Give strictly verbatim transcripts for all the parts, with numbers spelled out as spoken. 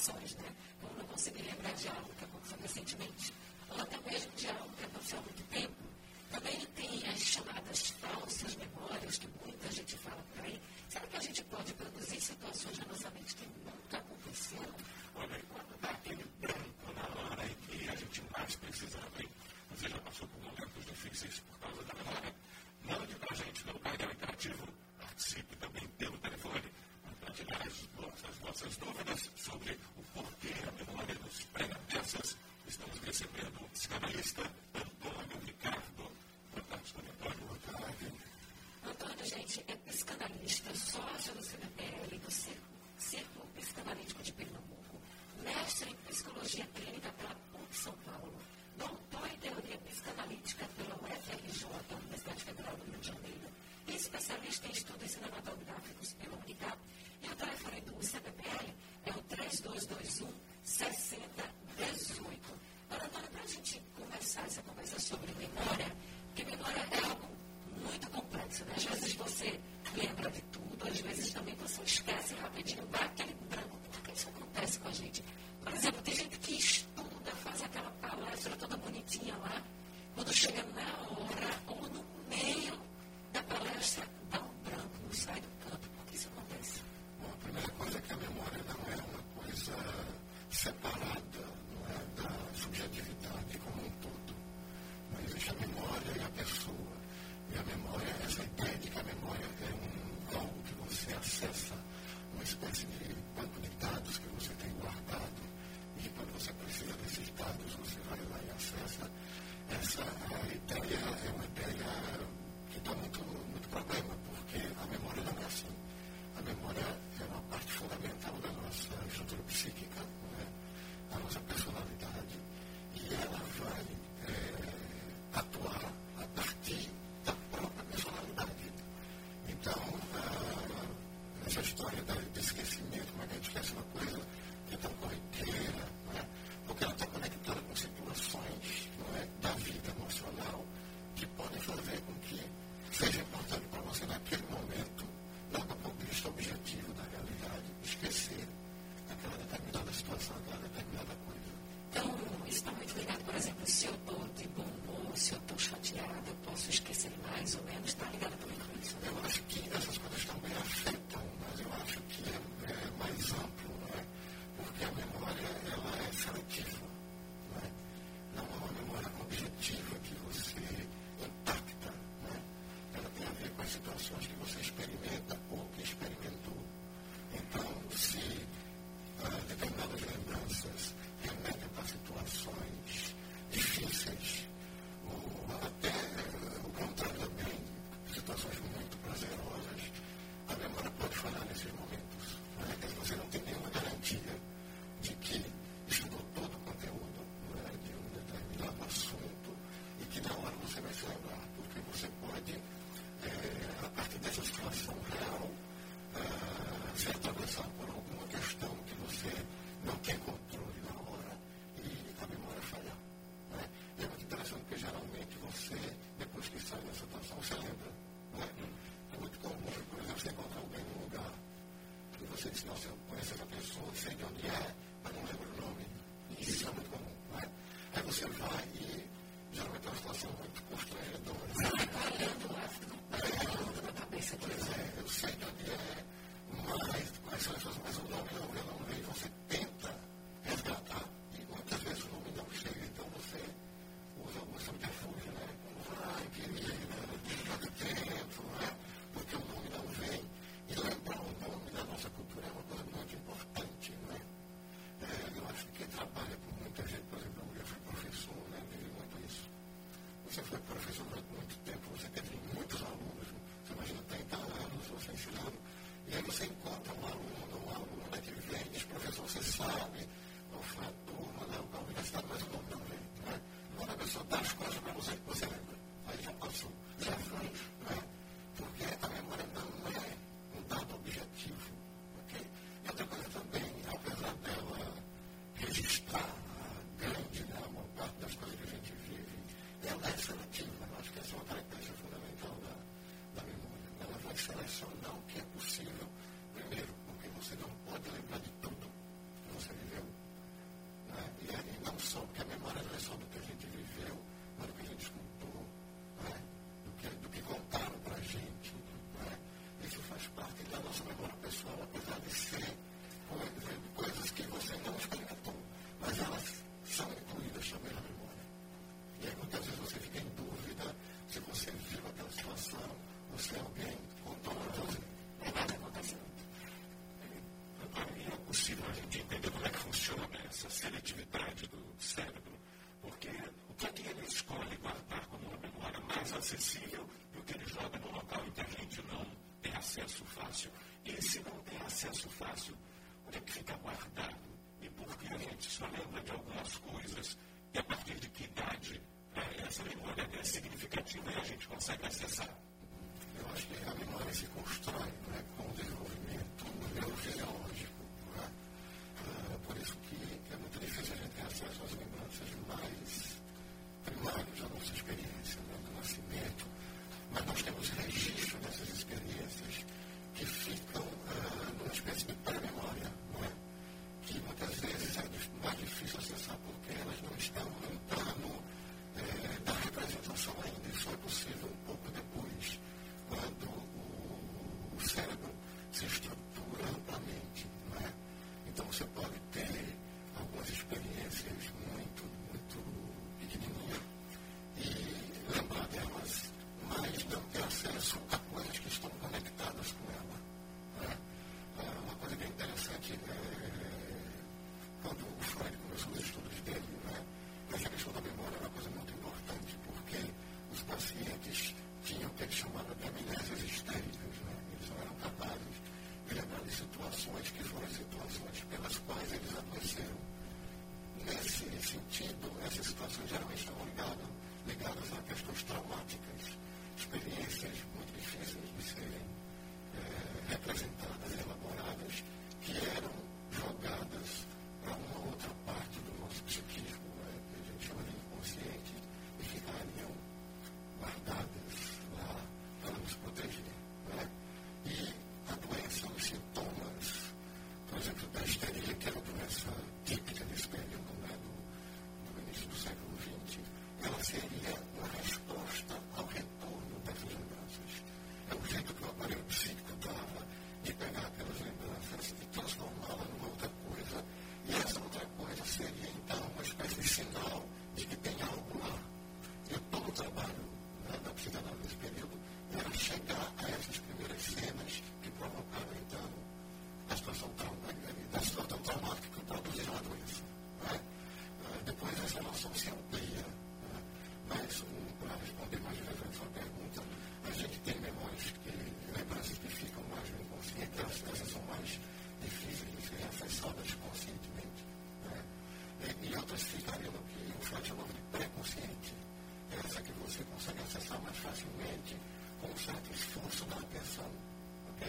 situações, né? Como não conseguir lembrar de algo que aconteceu recentemente, ou até mesmo de algo que aconteceu há muito tempo. Também tem as chamadas falsas memórias, que muita gente fala por aí. Será que a gente pode produzir situações na nossa mente que nunca aconteceram? Olha, quando dá aquele branco na hora em que a gente mais precisava, hein? Você já passou por momentos difíceis por causa da memória? Mande para a gente no painel interativo. Participe também pelo telefone para tirar as vossas, vossas dúvidas sobre o porquê a memória nos pega nessas. Estamos recebendo o psicanalista Antônio Ricardo. Boa tarde, Antônio. Boa tarde. Antônio, gente, é psicanalista, sócio do C B P L, do Círculo Psicanalítico de Pernambuco, mestre em Psicologia Clínica pela P U C São Paulo, doutor em Teoria Psicanalítica pela U F R J, Universidade Federal do Rio de Janeiro, e especialista em estudos cinematográficos pela Unicap. E o telefone do C B P L é o três dois dois um, seis zero um oito. Agora, Antônio, para a gente começar essa conversa sobre memória, porque memória é algo muito complexo, né? Às vezes você lembra de tudo, às vezes também você esquece rapidinho, dá aquele branco. Por que isso acontece com a gente? Por exemplo, tem gente que estuda, faz aquela palestra toda bonitinha lá, quando chega na hora ou no meio da palestra, dá um branco, não sai do campo. Por que isso acontece? Bom, a primeira coisa é que a memória não é uma coisa separada, não é da subjetividade como um todo. Não existe a memória e a pessoa. E a memória, essa ideia de que a memória é um algo que você acessa, uma espécie de banco de dados que você tem guardado, e que quando você precisa desses dados, você vai lá e acessa. Essa a ideia é uma ideia que dá muito, muito problema, porque a memória não é assim. A memória é uma parte fundamental da nossa estrutura psíquica, não é? Da nossa personalidade, e ela vai é, atuar a partir da própria personalidade. Então, a, essa história do esquecimento, como é que a gente esquece uma coisa que é tão corriqueira, não é? Porque ela está conectada com situações, não é, da vida emocional que podem fazer com que seja importante para você naquele momento, não do ponto de vista objetivo da realidade, esquecer aquela determinada situação, aquela determinada coisa. Então, isso está muito ligado, por exemplo, se eu estou de bom humor, se eu estou chateado, eu posso esquecer mais ou menos, está ligado também com isso, né? Eu acho que essas coisas também afetam, mas eu acho que é, é mais amplo, não é? Porque a memória, ela é seletiva, não é? Não é uma memória objetiva que você impacta, não é? Ela tem a ver com as situações que você experimenta ou que experimentou. Então, se ah, determinadas lembranças remetem para situações difíceis, ou até o contrário também, situações muito prazerosas, a memória pode falhar nesses momentos. Não é? Porque você não tem nenhuma garantia de que estudou todo o conteúdo, não é? De um determinado assunto e que na hora você vai se lembrar, porque você pode, é, a partir dessa situação real, é, ser atravessado por alguma questão que você não tem controle na hora e a memória falhar. Não é? E é muito interessante porque geralmente você, depois que sai dessa situação, você lembra. Não é? É muito comum, por exemplo, você encontrar alguém num lugar e você diz, nossa, eu conheço essa pessoa, sei de onde é, mas não lembro o nome. E isso é muito comum. Não é? Aí você vai e geralmente é uma situação muito constrangedora. Você está olhando lá, fica na cabeça. Pois é, eu sei de onde é, mas quais são as pessoas, mas o nome não vem, não vem. Você tenta resgatar e muitas vezes o nome não chega, então você usa algum subterfúgio, né? Como vai, querida, cada tempo, né? Porque o nome não vem. E lembrar o nome da nossa cultura é uma coisa muito importante, né? É, eu acho que quem trabalha com muita gente, por exemplo, eu já fui professor, né? Vivi muito isso. Você foi professor durante muito tempo, você teve muitos alunos, você imagina trinta anos você ensinando, e aí você encontra um aluno, um aluno que vem e diz, professor, você sabe, qual foi a turma da universidade, mas o nome não vem, não é? Quando a pessoa dá as coisas para você, você lembra, aí já passou, já foi, não é? Porque a memória não é um dado objetivo, ok? E outra coisa também, apesar dela registrar a grande, né, a maior parte das coisas que a gente vive, ela é seletiva. Eu acho que essa é uma característica fundamental da, da memória. Ela vai selecionar o que é possível, primeiro, porque você não só, porque a memória não é só do que a gente viveu, mas do que a gente escutou, né? do, que, do que contaram para a gente. Né? Isso faz parte da nossa memória pessoal, apesar de ser coisas que você não experimentou, mas elas são incluídas também na memória. E aí muitas vezes você fica em dúvida se você viu aquela situação, ou se alguém contou para você. Não é nada acontecendo. Para mim é possível a gente entender como é que funciona essa seletividade do cérebro, porque o que é que ele escolhe guardar como uma memória mais acessível e o que ele joga no local em que a gente não tem acesso fácil. E se não tem acesso fácil, onde é que fica guardado? E por que a gente só lembra de algumas coisas e a partir de que idade é, essa memória é significativa e a gente consegue acessar? Eu acho que a memória se constrói, né, com o desenvolvimento neurofisiológico. Né? Ah, por isso que é muito difícil a gente ter acesso às lembranças mais primárias da nossa experiência, né, do nascimento. Mas nós temos registro dessas experiências que ficam ah, numa espécie de pré-memória, não é? Que muitas vezes é mais difícil acessar porque elas não estão no plano eh, da representação ainda. Isso é possível um pouco depois, quando o, o cérebro se estrutura amplamente, não é? Então você pode ter algumas experiências muito, muito pequenininhas e lembrar delas, mas não ter acesso a coisas que estão conectadas com ela. Né? Uma coisa bem interessante é quando o Freud começou os estudos dele, né? Essa questão da memória é uma coisa muito importante, porque os pacientes tinham o que ele chamava de amnésias histéricas. Né? Eles não eram capazes de lembrar de situações que foram situações pelas quais eles adoeceram. Nesse sentido, essas situações geralmente estão ligadas, ligadas a questões traumáticas, experiências muito difíceis de serem é, representadas e elaboradas, que eram jogadas para uma outra parte do nosso psiquismo, né, que a gente chama de inconsciente, e ficariam guardadas lá para nos proteger. Né? E a doença, os sintomas, por exemplo, da histeria, que era uma doença típica desse período, né, do, do início do século vinte, ela seria uma resposta ao retorno dessas lembranças. É o jeito que o aparelho psíquico dava de pegar aquelas lembranças e transformá-la numa outra coisa. E essa outra coisa seria, então, uma espécie de sinal de que tem algo lá. E todo o trabalho, né, da psicanálise nesse período era chegar a essas primeiras cenas que provocaram, então, a situação traumática, da situação traumática que produziram a doença. Né? Uh, depois essa noção se amplia. Né? Mas, um, para responder mais diretamente a sua pergunta, a gente tem memórias que, lembranças que ficam mais no inconsciente, elas, essas são mais difíceis de serem acessadas conscientemente. Né? E, e outras ficariam no que o Freud chamava de pré-consciente. Essa que você consegue acessar mais facilmente com um certo esforço da atenção. Okay?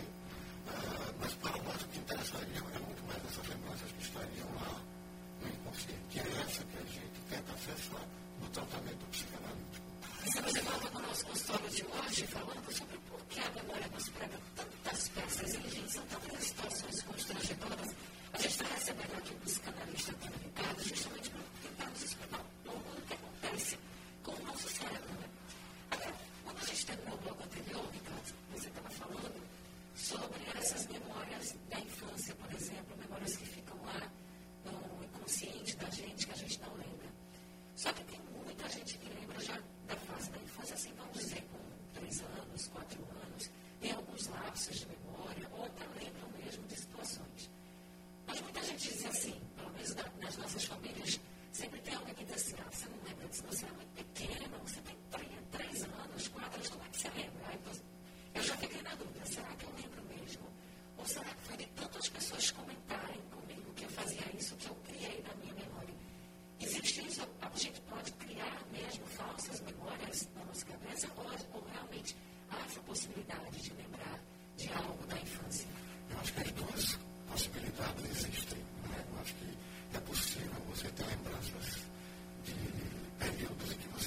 Uh, mas para nós o que interessaria é muito mais essas lembranças que estariam lá no inconsciente. E é essa que a gente tenta acessar no tratamento psicanalítico. Se você volta para o nosso consultório de hoje falando sobre por que a memória nos prega tantas peças e, gente, são tantas situações constrangedoras, a gente está recebendo aqui um psicanalista Antônio Ricardo justamente para tentar nos explicar um pouco do que acontece com o nosso cérebro. Né? Agora, quando a gente terminou o bloco anterior, Ricardo, você estava falando sobre essas memórias da infância, por exemplo, memórias que ficam lá no inconsciente da gente, que a gente não lembra. Só que tem muita gente que lembra já da fase da infância, assim, vamos dizer, com três anos, quatro anos, tem alguns lapsos de memória, ou até lembram mesmo de situações. Mas muita gente diz assim, pelo menos nas nossas famílias, sempre tem alguém que diz assim, ah, você não lembra disso, você é muito pequeno, você tem três anos, quatro anos, como é que você lembra? Então, eu já fiquei na dúvida, será que eu lembro mesmo? Ou será que foi de tantas pessoas comentarem comigo que eu fazia isso que eu criei na minha memória? Existe isso? A gente pode criar mesmo falsas memórias na nossa cabeça ou, ou realmente há essa possibilidade de lembrar de algo da infância? Eu acho que as duas possibilidades existem. Né? Eu acho que é possível você ter lembranças de períodos em que você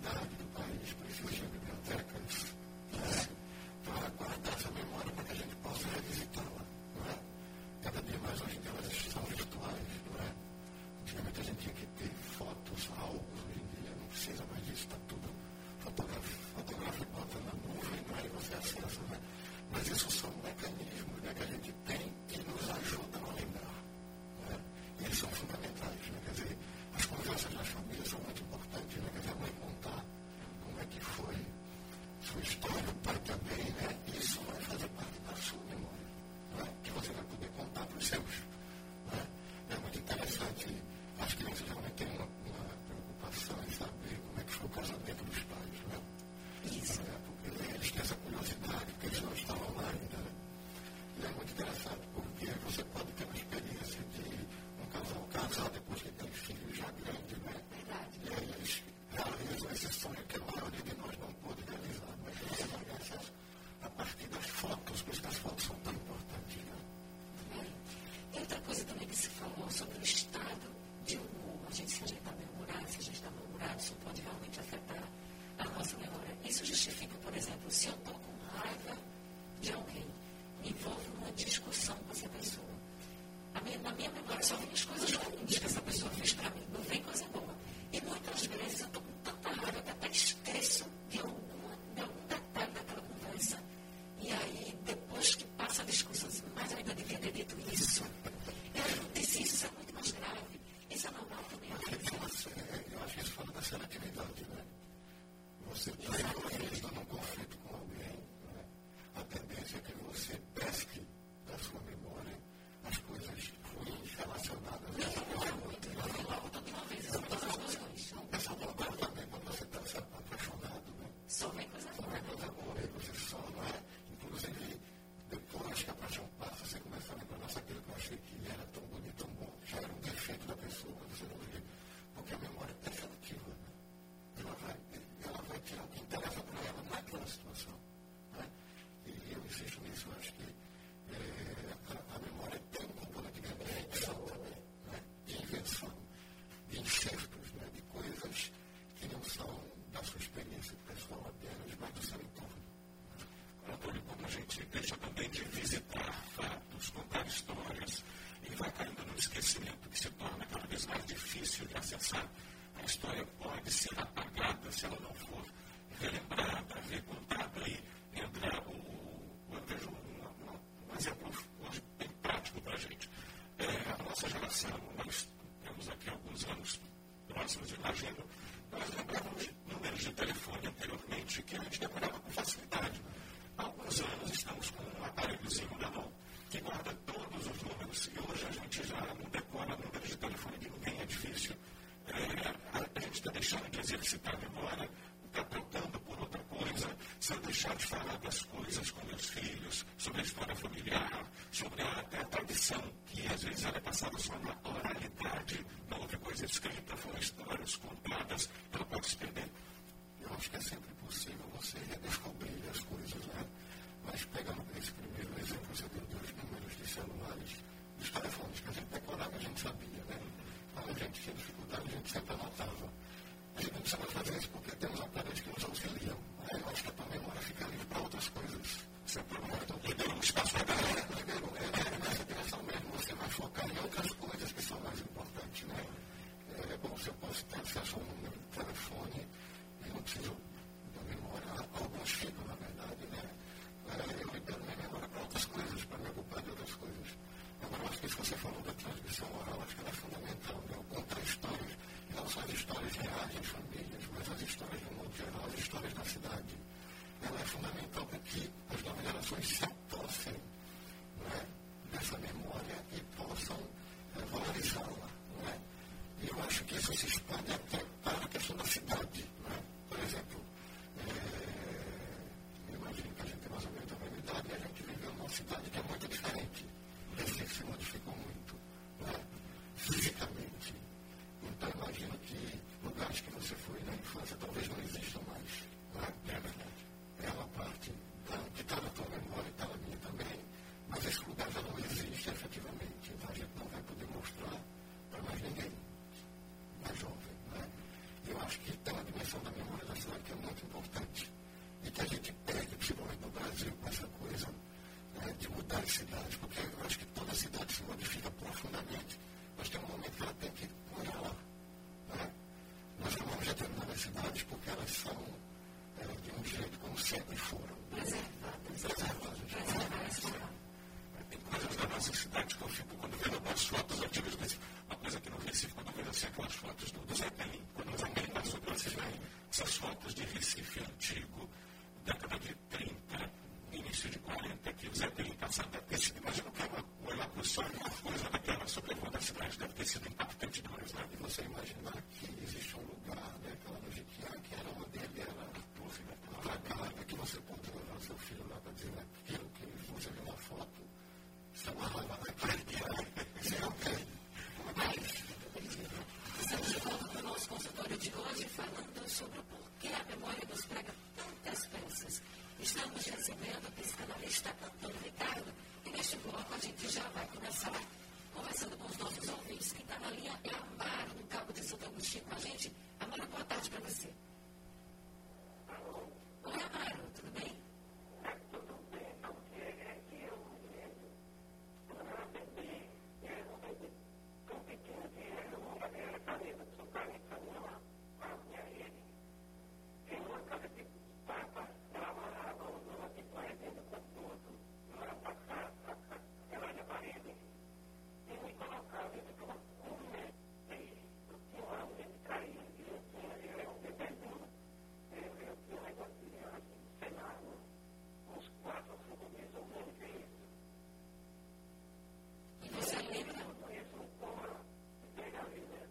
cidade, do país, precisa de bibliotecas, né, para guardar essa memória para que a gente possa revisitá-la. Não é? Cada dia mais hoje em dia elas são virtuais. Não é? Antigamente a gente tinha que ter fotos, álbuns, hoje em dia não precisa mais disso, está tudo fotográfico, fotografa e bota na nuvem, não é? E você acessa. Né? Mas isso são mecanismos, né, que a gente tem que nos ajudam a lembrar. Né? E eles são fundamentais. Né? Quer dizer, as conversas nas famílias são muito importantes. Né? Quer dizer, a mãe contar como é que foi sua história, o pai também, né? Isso vai fazer parte da sua memória. Né? Que você vai poder contar para os seus. Né? É muito interessante. As crianças realmente têm uma, uma preocupação em saber como é que foi o casamento dos pais. Né? Isso. É, porque eles têm essa curiosidade, porque eles não estavam lá ainda. Né? E é muito interessante, porque você pode ter uma experiência de um casal casar depois que tem filhos já grandes, né? Verdade. E aí eles realizam esse sonho que a maioria de nós não pôde realizar, mas você vai ter acesso a partir das fotos, por isso que as fotos são tão importantes. Né? É. E outra coisa também que se falou sobre o estado de humor. A gente, se a gente está bem-humorado, se a gente está mal-humorado, isso pode realmente afetar a nossa memória. Isso justifica, por exemplo, se eu estou com raiva de alguém, me envolvo numa discussão com essa pessoa. A minha, na minha memória só vem as coisas ruins que essa pessoa fez para mim, não vem coisa boa. E muitas vezes eu estou com tanta raiva que até esqueço de, alguma, de algum detalhe daquela conversa. E aí, depois que passa a discussão, mas eu ainda devia ter dito isso. Eu disse isso, isso é muito mais grave. Isso é normal também. Eu acho que isso fala da seletividade, né? Você está entrando num conflito com alguém, né? A tendência é que você pesque da sua memória as coisas ruins relacionadas a essa pessoa. Essa vontade também, quando você está apaixonado, né? Só vem coisa boa. Só vem coisa boa, e você só, não é? Inclusive, depois que a paixão passa, você começa a lembrar, nossa, aquilo que eu achei que era tão bonito, tão bom, já era um defeito da pessoa, você não vê, porque a memória é seletiva, né? Ela vai, ela vai tirar o que interessa para ela naquela situação. Né? E eu insisto nisso, eu acho que é, a, a memória tem um componente de reflexão também, né? De invenção, de enxertos, né? De coisas que não são da sua experiência pessoal apenas, mas do seu entorno. Antônio, quando a gente deixa também de visitar fatos, contar histórias, e vai caindo no esquecimento, que se torna cada vez mais difícil de acessar, a história pode ser apagada se ela não for relembrada, recontada. E entra o. Eu vejo um, um, um exemplo hoje bem prático para a gente. É, a nossa geração, nós temos aqui alguns anos próximos, imagino, nós lembrávamos de números de telefone anteriormente que a gente decorava com facilidade. Há alguns anos estamos com um aparelhozinho na mão que guarda todos os números e hoje a gente já não decora números de telefone de ninguém, é difícil. É, a, a gente está deixando de exercitar a memória, está trocando por outra coisa, se eu deixar de falar das coisas com meus filhos, sobre a história familiar, sobre a, até a tradição, que às vezes ela é passada só na oralidade, não houve coisa escrita, foram histórias contadas, ela pode se perder. Eu acho que é sempre possível você redescobrir as coisas, né? Mas pegando esse primeiro exemplo, você deu dois números de celulares, dos telefones que a gente decorava, a gente sabia, né? Quando a gente tinha dificuldade, a gente sempre anotava. A gente não precisa fazer isso porque temos aparelhos que nos auxiliam. Né? Eu acho que a tua memória fica livre para outras coisas. Você liberou um espaço para a liberou, é nessa direção mesmo. Você vai focar em outras coisas que são mais importantes, né? É bom se eu posso ter acesso a um número de telefone, eu não preciso da memória, alguns ficam, na verdade, né? É, eu libero minha memória para outras coisas, para me ocupar de outras coisas. Agora, eu acho que isso que você falou da transmissão oral, acho que ela é fundamental, né? Contar histórias, e não só as histórias reais em famílias, mas as histórias de um modo geral, as histórias da cidade. Ela é fundamental para que as novas gerações se apossem, né, dessa memória e possam é, valorizá-la. Né? E eu acho que isso se expande até para a questão da cidade. Né? Por exemplo, é, eu imagino que a gente tem mais ou menos a mesma idade e a gente viveu numa cidade que é muito diferente. O Recife se modificou muito, né, fisicamente. Então, imagino que lugares que você foi na infância talvez não existam mais. Né? É verdade. É uma parte que está na tua memória e está na minha também. sempre foram preservadas. preservadas. Preservadas. Tem coisas da nossa cidade que eu fico, quando vejo algumas fotos antigas do Recife, uma coisa que no Recife, quando eu vejo assim, aquelas fotos do, do Zé Pelim, quando o Zé Pelim passou pela cidade, essas fotos de Recife antigo, década de trinta, início de quarenta, que o Zé Pelim passando, deve ter sido, imagina que uma, uma cursão de uma coisa daquela sobrevoando a cidade, deve ter sido impactante demais, né? E você imaginar que existe um lugar, né, aquela Jequitinhonha, que era onde ele era plagada, que você pode levar seu filho lá para dizer aquilo que você viu na foto, se amarrava naquele dia, sem alguém. Estamos de volta para o nosso consultório de hoje, falando sobre o porquê a memória nos prega tantas peças. Estamos recebendo a psicanalista Antônio Ricardo e neste bloco a gente já vai começar conversando com os nossos ouvintes. Quem está na linha é a Amaro, do Cabo de Santo Agostinho, com a gente. Amaro, boa tarde para você. Oi, Amaro, tudo bem? Tudo bem, porque é que eu me lembro, quando eu atendi, eu era um bebê tão pequeno que eu não era caneta, sou caneta não, a minha rede. Em uma casa de papa, ela amarrava o nome de parede no conforto, não era passar, ela era parede. E me colocava, ele ficava com medo, e eu tinha uma medo de cair, e eu tinha, eu era um bebezinho, eu tinha um negocinho assim, sei lá, uns quatro ou cinco meses, eu não vi isso. E você lembra? Eu conheço um porra, pega a vida.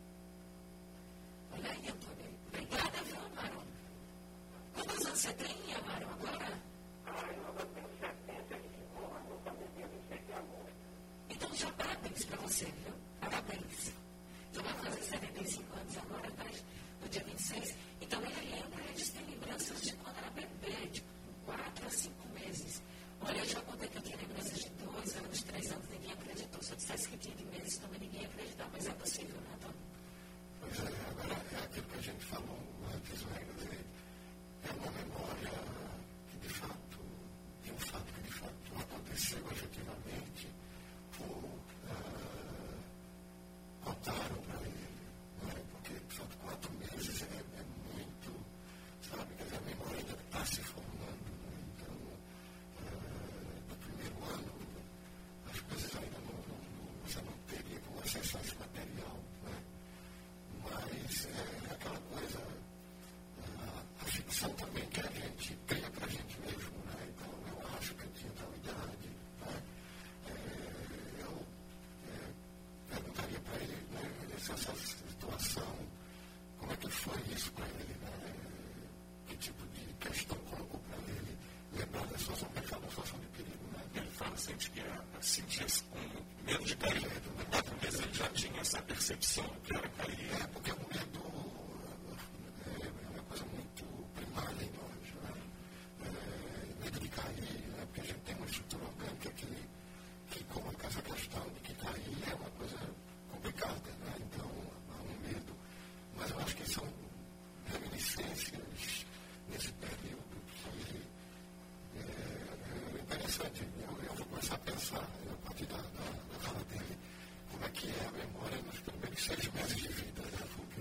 Olha aí, Antônio. Obrigada, viu, Amaro? Quantos anos você tem, Amaro, agora? Ah, eu tenho setenta e cinco anos, também tenho vinte e seis de agosto. Então, já parabéns para você, viu? Parabéns. Já vai fazer setenta e cinco anos agora, mas no dia vinte e seis. Então, ele lembra, eles têm lembranças de quando era bebê, de quatro a cinco meses. Olha, eu já contei que eu tinha lembranças de dois anos, três anos, ninguém acreditou. Se eu dissesse que tinha de meses, também ninguém ia acreditar, mas é possível, né, Antônio? Pois é, agora é aquilo que a gente falou antes, né? Quer dizer, é uma memória que de fato, de um fato que de fato aconteceu efetivamente, ou uh, contaram para ele, não é? Porque de fato quatro meses é, é muito, sabe, quer dizer, a memória ainda está se formando, né? Então, uh, no primeiro ano, as coisas ainda não, não, você não teria como acessar esse material, né? Mas é aquela coisa, a, a ficção também que a gente cria para a gente mesmo, né? Então eu acho que eu tinha tal idade, né? É, eu é, perguntaria para ele, né, nessa situação, como é que foi isso para ele, né? Que tipo de questão colocou para ele lembrar da situação, que ele fala da situação de perigo, né? Ele fala, sente que é, sentia-se com medo de cair. Há quatro meses ele já tinha essa percepção que era cair. É, porque o medo é uma coisa muito primária em nós, né? É, medo de cair, né? Porque a gente tem uma estrutura orgânica que, que coloca essa questão de que cair é uma coisa complicada, né? Então, há um medo. Mas eu acho que são reminiscências nesse período que é, é interessante. Eu, eu vou começar a pensar, a partir da, da, da fala dele, como é que é a memória nos primeiros seis meses de vida, né? Porque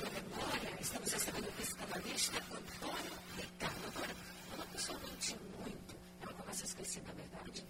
sobre a memória, estamos recebendo o psicanalista Antônio Ricardo. Agora, quando a pessoa mente muito, ela começa a esquecer da verdade?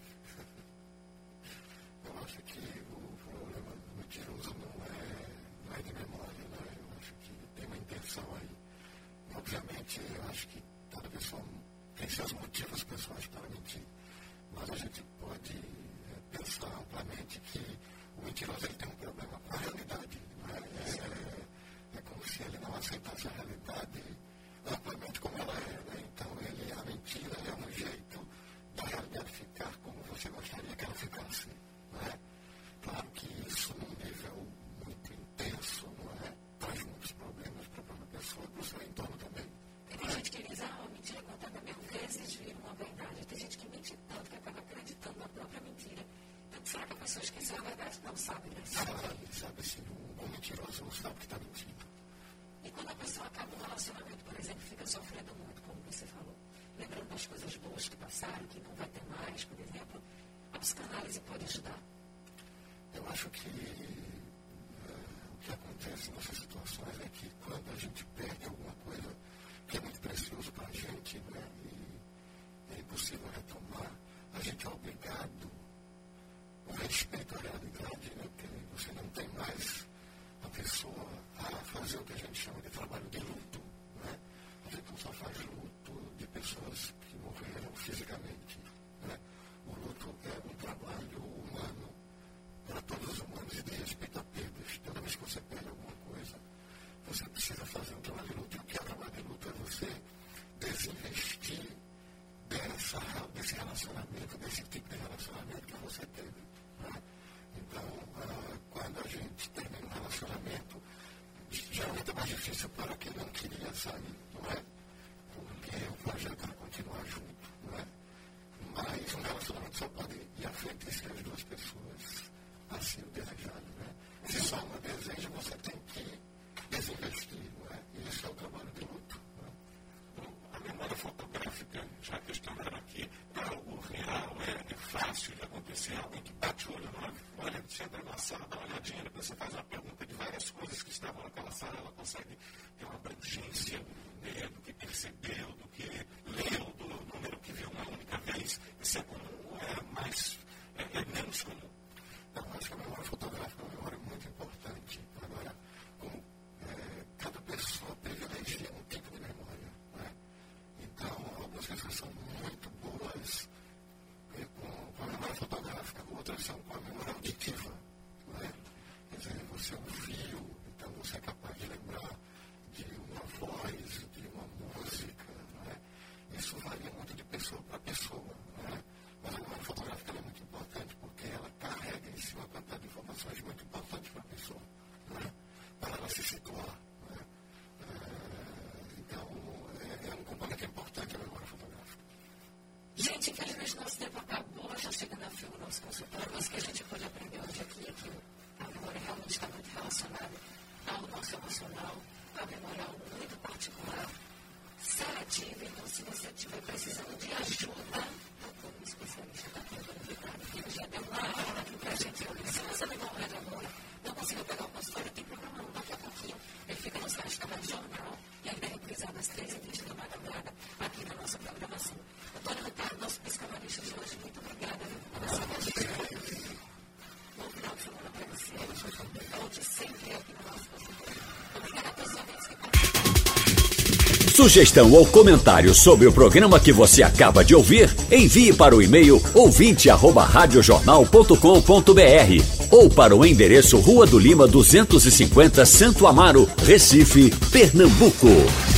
Eu acho que o problema do mentiroso não é, não é de memória, né? Eu acho que tem uma intenção aí. Obviamente, eu acho que cada pessoa tem seus motivos pessoais para mentir, mas a gente pode é, pensar amplamente que o mentiroso ele tem um problema com a realidade. Né? É, é como se ele não aceitasse a realidade amplamente como ela é. Né? Então, ele, a mentira é um jeito da realidade ficar como você gostaria que ela ficasse. Né? Claro que isso, num nível muito intenso, não é? Traz muitos problemas para a própria pessoa e para o seu entorno também. Tem gente que diz, ah, a mentira contada mil vezes vira uma verdade. Tem gente que mente tanto que acaba acreditando na própria mentira. Então, será que a pessoa esqueceu a verdade? Não sabe, né? Sabe, sabe sim. Um bom mentiroso não sabe que está mentindo. E quando a pessoa acaba um relacionamento, por exemplo, fica sofrendo muito, como você falou, lembrando das coisas boas que passaram, que não vai ter mais, por exemplo, a psicanálise pode ajudar? Eu acho que uh, o que acontece nessas situações é que quando a gente perde alguma coisa que é muito precioso para a gente, né, e é impossível retomar, a gente é obrigado, com respeito à realidade, né, porque você não tem mais a pessoa a fazer o que a gente chama de trabalho de luto. Né? A gente não só faz luto de pessoas que morreram fisicamente. Né? O luto é um trabalho humano para todos os humanos e de respeito a perdas. Toda vez que você perde alguma coisa, você precisa fazer um trabalho de luto. E o que é trabalho de luto é você desinvestir dessa, desse relacionamento, desse tipo de relacionamento que você teve. Né? Então, uh, quando a gente termina um relacionamento, geralmente é mais difícil para quem não queria sair, não é? Porque o projeto era continuar junto, não é? Mas um relacionamento só pode ir à frente se as duas pessoas assim o desejarem, né? Se só uma deseja, você tem que desinvestir, não é? E isso é o trabalho de luto. Não é? A memória fotográfica, já que estamos aqui, é algo real, é, é fácil de acontecer, alguém que bate o olho no olho, olha, você entra na sala, dá uma olhadinha, depois você faz uma pergunta de várias coisas que estavam naquela sala, ela consegue ter uma abrangência, né, do que percebeu, do que leu, do número que viu uma única vez. Isso é comum, é mais, é, é menos comum. Eu acho que a memória fotográfica é uma memória muito importante. Agora, como é, cada pessoa privilegia um tipo de memória, né? Então, algumas pessoas são muito boas é, com, com a memória fotográfica, outras são com a memória auditiva. Né? Quer dizer, você ouviu, então você é capaz de lembrar de uma voz, de uma música. Né? Isso varia muito de pessoa para pessoa. Né? Mas a memória fotográfica é muito importante porque ela carrega em si uma quantidade de informações muito importantes para a pessoa, né? Para ela se situar. Né? É, então, é, é um componente importante a memória fotográfica. Gente, infelizmente nosso tempo acabou, já chegando ao fim do nosso consultório, mas o que a gente pode aprender hoje aqui é que a memória realmente está muito relacionada ao nosso emocional, a memória é algo muito particular, seletiva, então se você estiver precisando de ajuda, procure um especialista da criatividade, que ele já deu uma aula aqui pra gente hoje. Se você não vai de agora, não conseguiu pegar o consultório, tem problema não, daqui a pouquinho ele fica no site da Rádio Jornal e ainda é reprisado às três e trinta da madrugada aqui na nossa programação. Antônio Ricardo, nosso psicanalista de hoje, muito obrigada por essa conversa. Bom final de semana para você. Volte sempre aqui no nosso consultório. Obrigada a todos os ouvintes que participaram. Sugestão ou comentário sobre o programa que você acaba de ouvir, envie para o e-mail ouvinte arroba radiojornal ponto com ponto br ou para o endereço Rua do Lima duzentos e cinquenta, Santo Amaro, Recife, Pernambuco.